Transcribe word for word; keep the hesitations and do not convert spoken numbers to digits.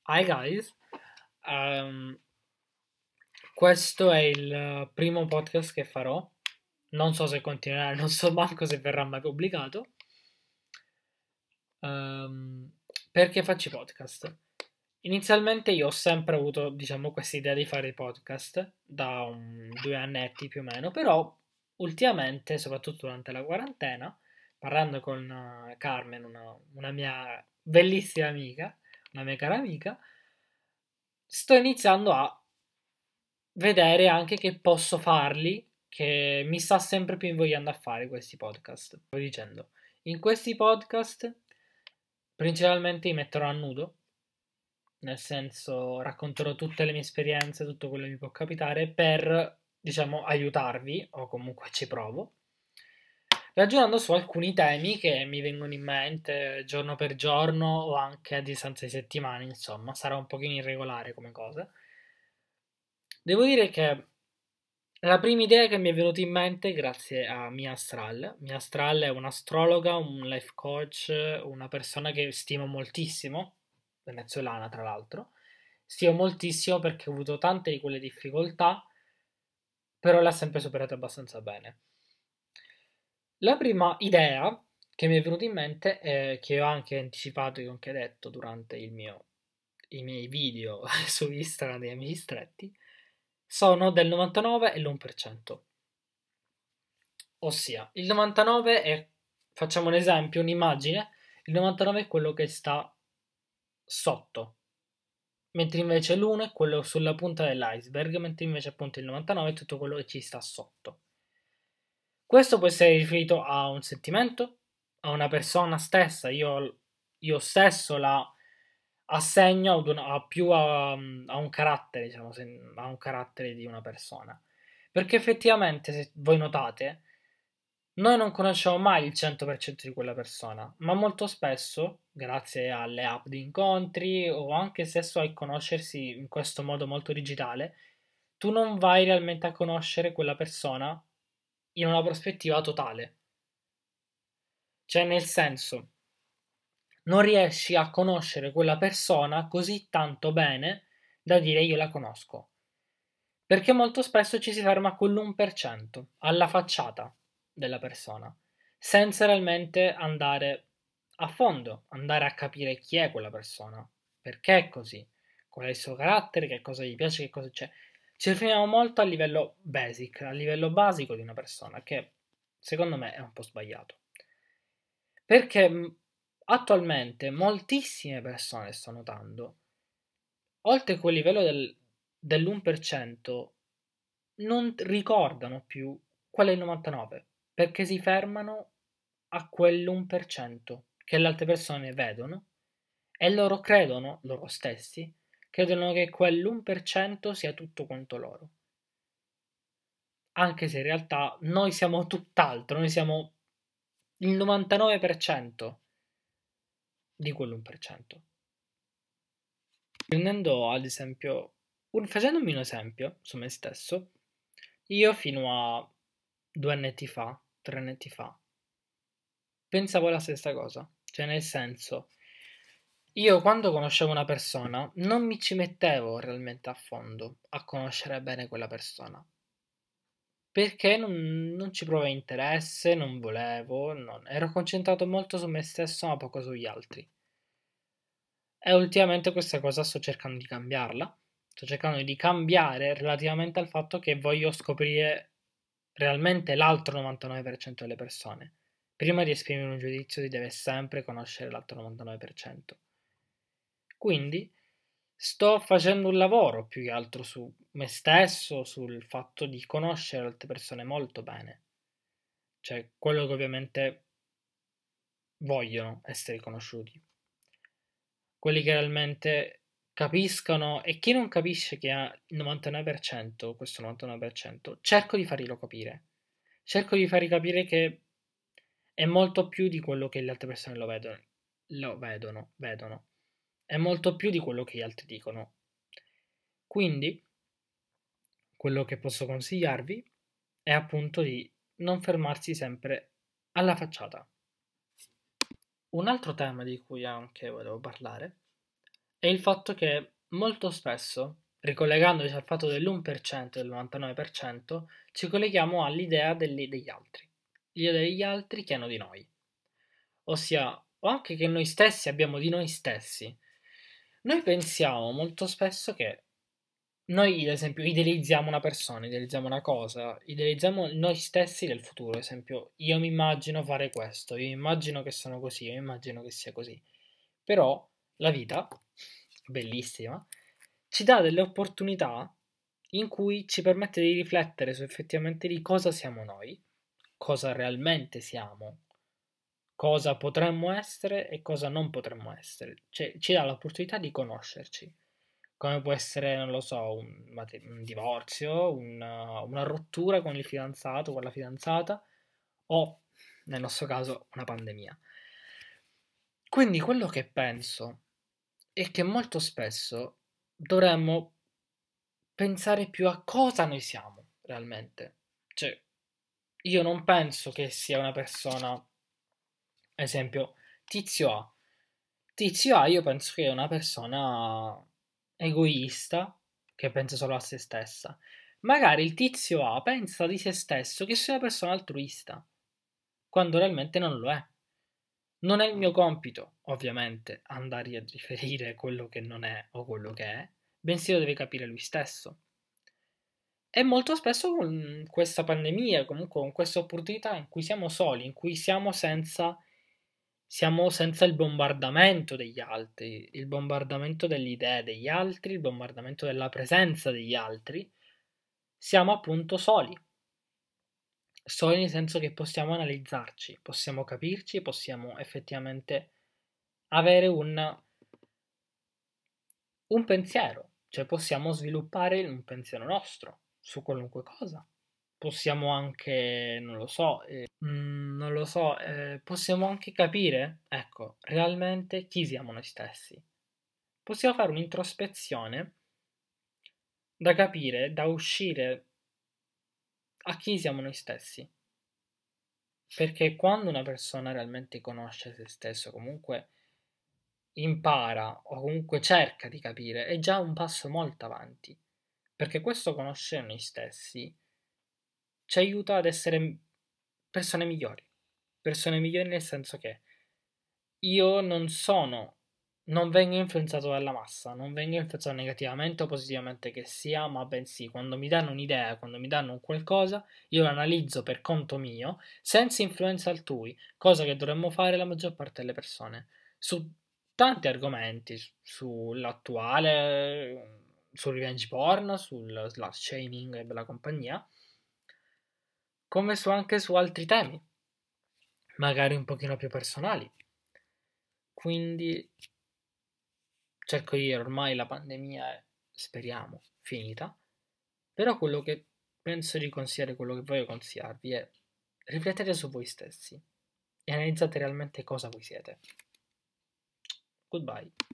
Hi guys, Ehm, questo è il primo podcast che farò, non so se continuerà, non so manco se verrà mai pubblicato. Ehm, perché faccio i podcast? Inizialmente io ho sempre avuto, diciamo, questa idea di fare i podcast da un, due annetti più o meno, però ultimamente, soprattutto durante la quarantena, parlando con eh, Carmen, una, una mia bellissima amica, una mia cara amica, sto iniziando a vedere anche che posso farli, che mi sta sempre più invogliando a fare questi podcast. Sto dicendo, in questi podcast principalmente mi metterò a nudo, nel senso racconterò tutte le mie esperienze, tutto quello che mi può capitare per, diciamo, aiutarvi, o comunque ci provo, ragionando su alcuni temi che mi vengono in mente giorno per giorno o anche a distanza di settimane, insomma, sarà un pochino irregolare come cosa. Devo dire che la prima idea che mi è venuta in mente grazie a Mia Astral. Mia Astral è un'astrologa, un life coach, una persona che stimo moltissimo, venezuelana tra l'altro. Stimo moltissimo perché ho avuto tante di quelle difficoltà, però l'ha sempre superata abbastanza bene. La prima idea che mi è venuta in mente, è, che ho anche anticipato e anche detto durante il mio, i miei video su Instagram dei amici stretti, sono del novantanove e l'uno per cento. Ossia, il novantanove è, facciamo un esempio, un'immagine, il novantanove è quello che sta sotto, mentre invece l'uno è quello sulla punta dell'iceberg, mentre invece appunto il novantanove è tutto quello che ci sta sotto. Questo può essere riferito a un sentimento, a una persona stessa, io, io stesso la assegno ad una- a più a, a un carattere, diciamo, a un carattere di una persona. Perché effettivamente, se voi notate, noi non conosciamo mai il cento per cento di quella persona, ma molto spesso, grazie alle app di incontri o anche stesso al conoscersi in questo modo molto digitale, tu non vai realmente a conoscere quella persona in una prospettiva totale. Cioè, nel senso, non riesci a conoscere quella persona così tanto bene da dire io la conosco. Perché molto spesso ci si ferma a quell'uno per cento, alla facciata della persona, senza realmente andare a fondo, andare a capire chi è quella persona, perché è così, qual è il suo carattere, che cosa gli piace, che cosa c'è. Ci fermiamo molto a livello basic, a livello basico di una persona, che secondo me è un po' sbagliato. Perché mh, attualmente moltissime persone, sto notando, oltre quel livello del, dell'uno per cento, non ricordano più qual è il novantanove, perché si fermano a quell'uno per cento che le altre persone vedono e loro credono, loro stessi, credono che quell'uno per cento sia tutto quanto loro. Anche se in realtà noi siamo tutt'altro, noi siamo il novantanove per cento di quell'uno per cento. Prendendo ad esempio, un, facendomi un esempio su me stesso, io fino a due annetti fa, tre annetti fa, pensavo la stessa cosa. Cioè, nel senso, io quando conoscevo una persona non mi ci mettevo realmente a fondo a conoscere bene quella persona. Perché non, non ci provai interesse, non volevo, non- ero concentrato molto su me stesso ma poco sugli altri. E ultimamente questa cosa sto cercando di cambiarla. Sto cercando di cambiare relativamente al fatto che voglio scoprire realmente l'altro novantanove per cento delle persone. Prima di esprimere un giudizio si deve sempre conoscere l'altro novantanove per cento. Quindi sto facendo un lavoro più che altro su me stesso, sul fatto di conoscere altre persone molto bene. Cioè, quello che ovviamente vogliono essere conosciuti. Quelli che realmente capiscono e chi non capisce che ha il novantanove per cento, questo novantanove per cento, cerco di farglielo capire. Cerco di fargli capire che è molto più di quello che le altre persone lo vedono, lo vedono, vedono. È molto più di quello che gli altri dicono. Quindi, quello che posso consigliarvi è appunto di non fermarsi sempre alla facciata. Un altro tema di cui anche volevo parlare è il fatto che molto spesso, ricollegandoci al fatto dell'uno per cento e del novantanove per cento, ci colleghiamo all'idea degli, degli altri, l'idea degli altri che hanno di noi, ossia, o anche che noi stessi abbiamo di noi stessi. Noi pensiamo molto spesso che noi, ad esempio, idealizziamo una persona, idealizziamo una cosa, idealizziamo noi stessi del futuro. Ad esempio, io mi immagino fare questo, io mi immagino che sono così, io mi immagino che sia così. Però la vita, bellissima, ci dà delle opportunità in cui ci permette di riflettere su effettivamente di cosa siamo noi, cosa realmente siamo, cosa potremmo essere e cosa non potremmo essere. Cioè, ci dà l'opportunità di conoscerci. Come può essere, non lo so, un, mate- un divorzio, una, una rottura con il fidanzato, con la fidanzata, o, nel nostro caso, una pandemia. Quindi quello che penso è che molto spesso dovremmo pensare più a cosa noi siamo realmente. Cioè, io non penso che sia una persona, esempio, Tizio A. Tizio A io penso che è una persona egoista che pensa solo a se stessa. Magari il Tizio A pensa di se stesso che sia una persona altruista, quando realmente non lo è. Non è il mio compito, ovviamente, andare a riferire quello che non è o quello che è, bensì lo deve capire lui stesso. E molto spesso con questa pandemia, comunque con questa opportunità in cui siamo soli, in cui siamo senza, siamo senza il bombardamento degli altri, il bombardamento delle idee degli altri, il bombardamento della presenza degli altri, siamo appunto soli. Soli nel senso che possiamo analizzarci, possiamo capirci, possiamo effettivamente avere un, un pensiero, cioè possiamo sviluppare un pensiero nostro su qualunque cosa. Possiamo anche, non lo so, eh, mm, non lo so, eh, possiamo anche capire, ecco, realmente chi siamo noi stessi. Possiamo fare un'introspezione da capire, da uscire a chi siamo noi stessi. Perché quando una persona realmente conosce se stesso, comunque impara o comunque cerca di capire, è già un passo molto avanti. Perché questo conoscere noi stessi ci aiuta ad essere persone migliori. Persone migliori nel senso che io non sono, non vengo influenzato dalla massa, non vengo influenzato negativamente o positivamente che sia, ma bensì quando mi danno un'idea, quando mi danno un qualcosa, io lo analizzo per conto mio, senza influenza altrui, cosa che dovremmo fare la maggior parte delle persone, su tanti argomenti, sull'attuale, sul revenge porn, sul slut shaming e bella compagnia, come su anche su altri temi, magari un pochino più personali. Quindi cerco di dire, ormai la pandemia è, speriamo, finita, però quello che penso di consigliare, quello che voglio consigliarvi è riflettete su voi stessi e analizzate realmente cosa voi siete. Goodbye.